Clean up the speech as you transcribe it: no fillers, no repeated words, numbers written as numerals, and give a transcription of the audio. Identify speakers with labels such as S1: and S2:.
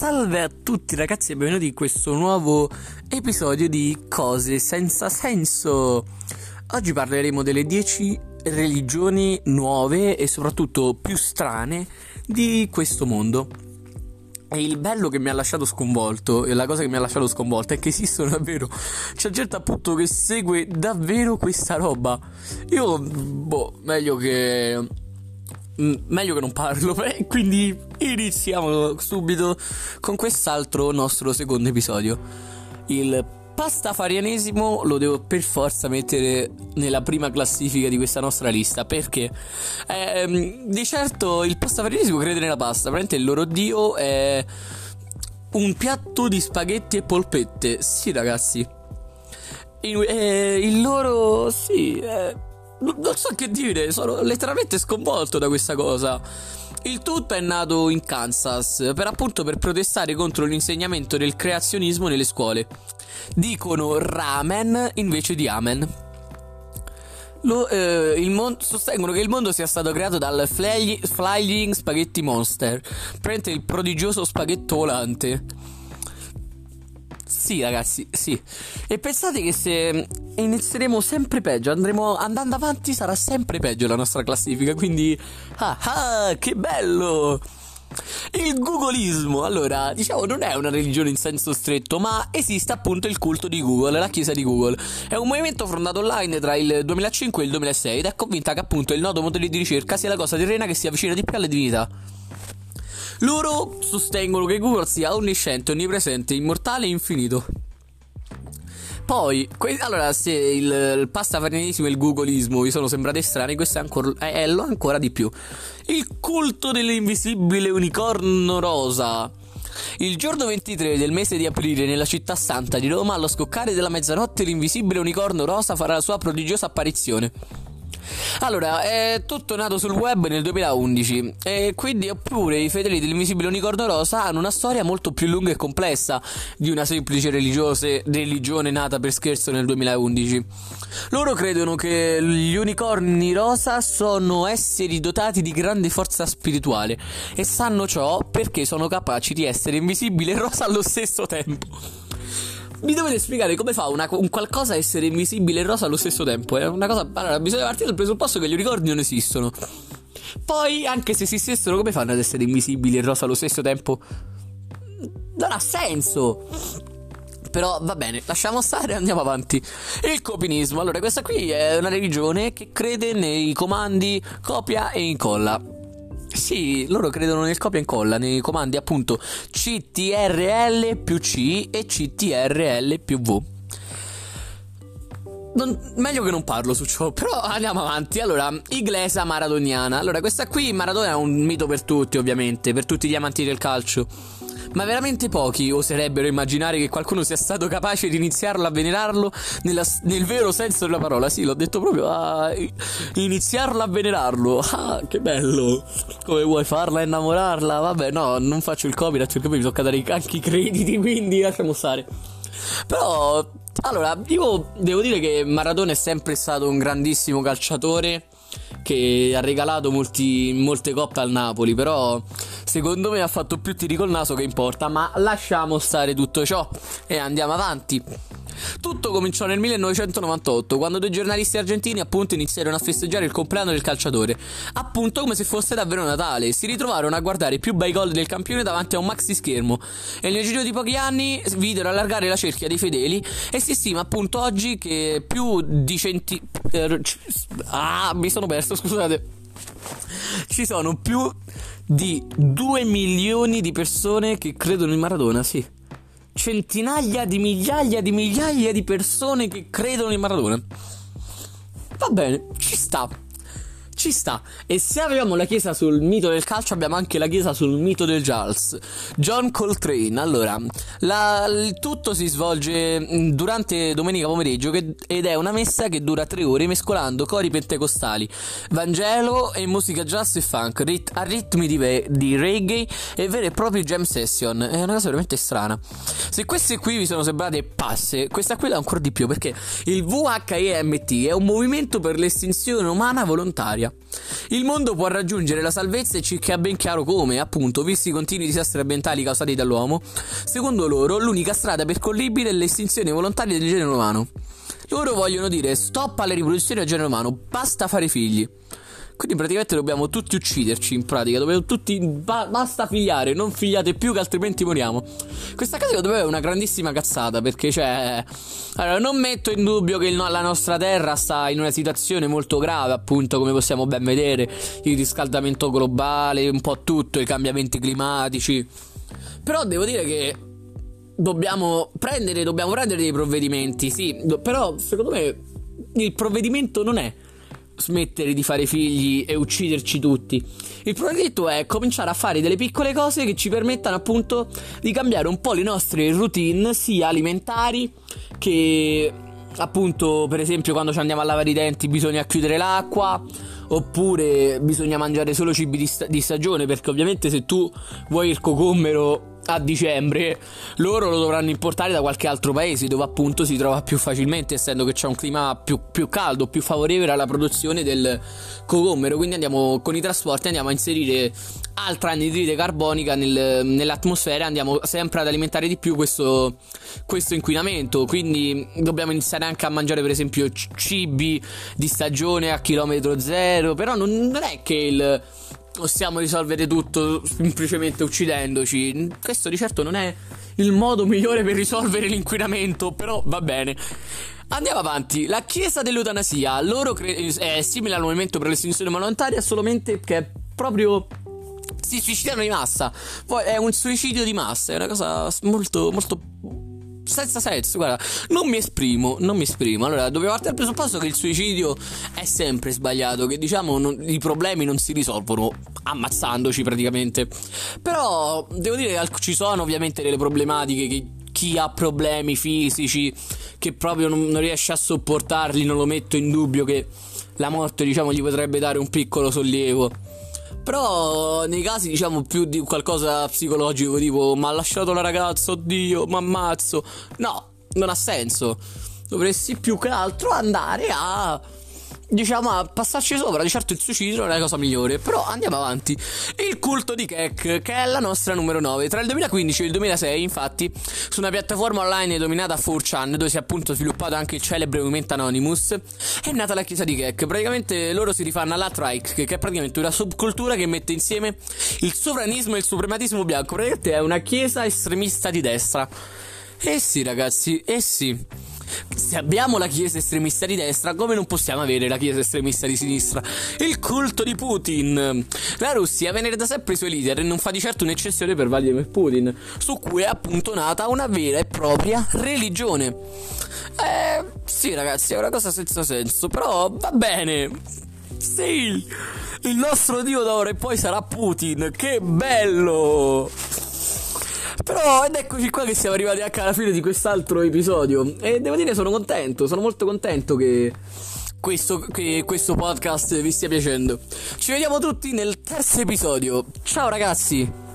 S1: Salve a tutti ragazzi e benvenuti in questo nuovo episodio di Cose senza senso. Oggi parleremo delle 10 religioni nuove e soprattutto più strane di questo mondo. E il bello che mi ha lasciato sconvolto, e la cosa che mi ha lasciato sconvolto, è che esistono davvero. C'è gente appunto che segue davvero questa roba. Io, meglio che non parlo, quindi iniziamo subito con quest'altro nostro secondo episodio. Il pastafarianesimo lo devo per forza mettere nella prima classifica di questa nostra lista, perché di certo il pastafarianesimo crede nella pasta. Praticamente il loro dio è un piatto di spaghetti e polpette. Sì ragazzi, il loro non so che dire, sono letteralmente sconvolto da questa cosa. Il tutto è nato in Kansas per protestare contro l'insegnamento del creazionismo nelle scuole. Dicono ramen invece di amen. Sostengono che il mondo sia stato creato dal Flying Spaghetti Monster, praticamente il prodigioso spaghetto volante. Sì ragazzi, sì. E pensate che se inizieremo sempre peggio, andando avanti sarà sempre peggio la nostra classifica. Quindi che bello! Il googlismo, allora, diciamo, non è una religione in senso stretto, ma esiste appunto il culto di Google, la chiesa di Google. È un movimento fondato online tra il 2005 e il 2006 ed è convinta che appunto il noto motore di ricerca sia la cosa terrena che si avvicina di più alla divinità. Loro sostengono che Google sia onnisciente, onnipresente, immortale e infinito. Poi, allora, se il pastafarianesimo e il googlismo vi sono sembrati strani, questo è lo ancora di più. Il culto dell'invisibile unicorno rosa. Il giorno 23 del mese di aprile, nella città santa di Roma, allo scoccare della mezzanotte, l'invisibile unicorno rosa farà la sua prodigiosa apparizione. Allora, è tutto nato sul web nel 2011 e quindi oppure i fedeli dell'invisibile unicorno rosa hanno una storia molto più lunga e complessa di una semplice religione nata per scherzo nel 2011. Loro credono che gli unicorni rosa sono esseri dotati di grande forza spirituale e sanno ciò perché sono capaci di essere invisibile e rosa allo stesso tempo. Mi dovete spiegare come fa un qualcosa a essere invisibile e rosa allo stesso tempo? È una cosa. Allora, bisogna partire dal presupposto che gli unicorni non esistono. Poi, anche se esistessero, come fanno ad essere invisibili e rosa allo stesso tempo? Non ha senso. Però va bene, lasciamo stare e andiamo avanti. Il copinismo. Allora, questa qui è una religione che crede nei comandi copia e incolla. Sì, loro credono nel copia e incolla, nei comandi appunto CTRL più C e CTRL più V. Meglio che non parlo su ciò, però andiamo avanti. Allora, Iglesia Maradoniana. Allora, questa qui, Maradona è un mito per tutti, ovviamente, per tutti gli amanti del calcio. Ma veramente pochi oserebbero immaginare che qualcuno sia stato capace di iniziarlo a venerarlo nel vero senso della parola. Sì, l'ho detto proprio, iniziarlo a venerarlo. Che bello. Come vuoi farla e innamorarla? Vabbè, no, non faccio il copyright perché poi mi tocca dare anche i crediti, quindi lasciamo stare. Però, allora, io devo dire che Maradona è sempre stato un grandissimo calciatore che ha regalato molte coppe al Napoli, però secondo me ha fatto più tiri col naso che importa. Ma lasciamo stare tutto ciò e andiamo avanti. Tutto cominciò nel 1998, quando due giornalisti argentini appunto iniziarono a festeggiare il compleanno del calciatore, appunto come se fosse davvero Natale. Si ritrovarono a guardare i più bei gol del campione davanti a un maxi schermo e nel giro di pochi anni videro allargare la cerchia dei fedeli e si stima appunto oggi che più di mi sono perso, scusate. Ci sono più di 2 milioni di persone che credono in Maradona, sì. Centinaia di migliaia di persone che credono in Maradona. Va bene, ci sta. E se avevamo la chiesa sul mito del calcio, abbiamo anche la chiesa sul mito del jazz. John Coltrane. Allora, il tutto si svolge durante domenica pomeriggio ed è una messa che dura 3 ore, mescolando cori pentecostali, Vangelo e musica jazz e funk a ritmi di reggae e vere e proprie jam session. È una cosa veramente strana. Se queste qui vi sono sembrate passe, questa qui è ancora di più, perché il VHEMT è un movimento per l'estinzione umana volontaria. storia. Il mondo può raggiungere la salvezza e ci è ben chiaro come, appunto, visti i continui disastri ambientali causati dall'uomo. Secondo loro, l'unica strada percorribile è l'estinzione volontaria del genere umano. Loro vogliono dire stop alle riproduzioni del genere umano, basta fare figli. Quindi praticamente dobbiamo tutti ucciderci, in pratica, dobbiamo tutti, basta figliare, non figliate più che altrimenti moriamo. Questa cosa secondo me è una grandissima cazzata, perché cioè, allora, non metto in dubbio che la nostra terra sta in una situazione molto grave, appunto, come possiamo ben vedere, il riscaldamento globale, un po' tutto, i cambiamenti climatici. Però devo dire che dobbiamo prendere dei provvedimenti, sì, però secondo me il provvedimento non è smettere di fare figli e ucciderci tutti. Il provvedimento è cominciare a fare delle piccole cose che ci permettano appunto di cambiare un po' le nostre routine, sia alimentari che appunto, per esempio, quando ci andiamo a lavare i denti bisogna chiudere l'acqua, oppure bisogna mangiare solo cibi di stagione, perché ovviamente se tu vuoi il cocomero a dicembre, loro lo dovranno importare da qualche altro paese dove appunto si trova più facilmente, essendo che c'è un clima più caldo, più favorevole alla produzione del cocomero. Quindi andiamo con i trasporti, andiamo a inserire altra anidride carbonica nell'atmosfera, andiamo sempre ad alimentare di più questo inquinamento. Quindi dobbiamo iniziare anche a mangiare, per esempio, cibi di stagione a chilometro zero. Però non è che possiamo risolvere tutto semplicemente uccidendoci. Questo di certo non è il modo migliore per risolvere l'inquinamento, però va bene. Andiamo avanti. La chiesa dell'eutanasia, loro è simile al movimento per l'estinzione volontaria, solamente che è proprio si suicidano di massa. Poi è un suicidio di massa, è una cosa molto molto senza senso. Guarda, non mi esprimo. Allora, dobbiamo partire dal presupposto che il suicidio è sempre sbagliato, che diciamo i problemi non si risolvono ammazzandoci praticamente. Però devo dire che ci sono ovviamente delle problematiche che chi ha problemi fisici, che proprio non riesce a sopportarli, non lo metto in dubbio che la morte, diciamo, gli potrebbe dare un piccolo sollievo. Però nei casi, diciamo, più di qualcosa psicologico, tipo mi ha lasciato la ragazza, oddio, mi ammazzo, no, non ha senso. Dovresti più che altro andare a, diciamo, a passarci sopra. Di certo il suicidio non è la cosa migliore, però andiamo avanti. Il culto di Kek, che è la nostra numero 9. Tra il 2015 e il 2006, infatti, su una piattaforma online denominata 4chan, dove si è appunto sviluppato anche il celebre movimento Anonymous, è nata la chiesa di Kek. Praticamente loro si rifanno all'alt-right, che è praticamente una subcultura che mette insieme il sovranismo e il suprematismo bianco. Praticamente è una chiesa estremista di destra. Eh sì, ragazzi, eh sì. Se abbiamo la chiesa estremista di destra, come non possiamo avere la chiesa estremista di sinistra? Il culto di Putin. La Russia venera da sempre i suoi leader e non fa di certo un'eccezione per Vladimir Putin, su cui è appunto nata una vera e propria religione. Sì, ragazzi, è una cosa senza senso, però va bene. Sì, il nostro dio d'ora e poi sarà Putin. Che bello! Però ed eccoci qua che siamo arrivati anche alla fine di quest'altro episodio. E devo dire sono molto contento che questo podcast vi stia piacendo. Ci vediamo tutti nel terzo episodio. Ciao ragazzi.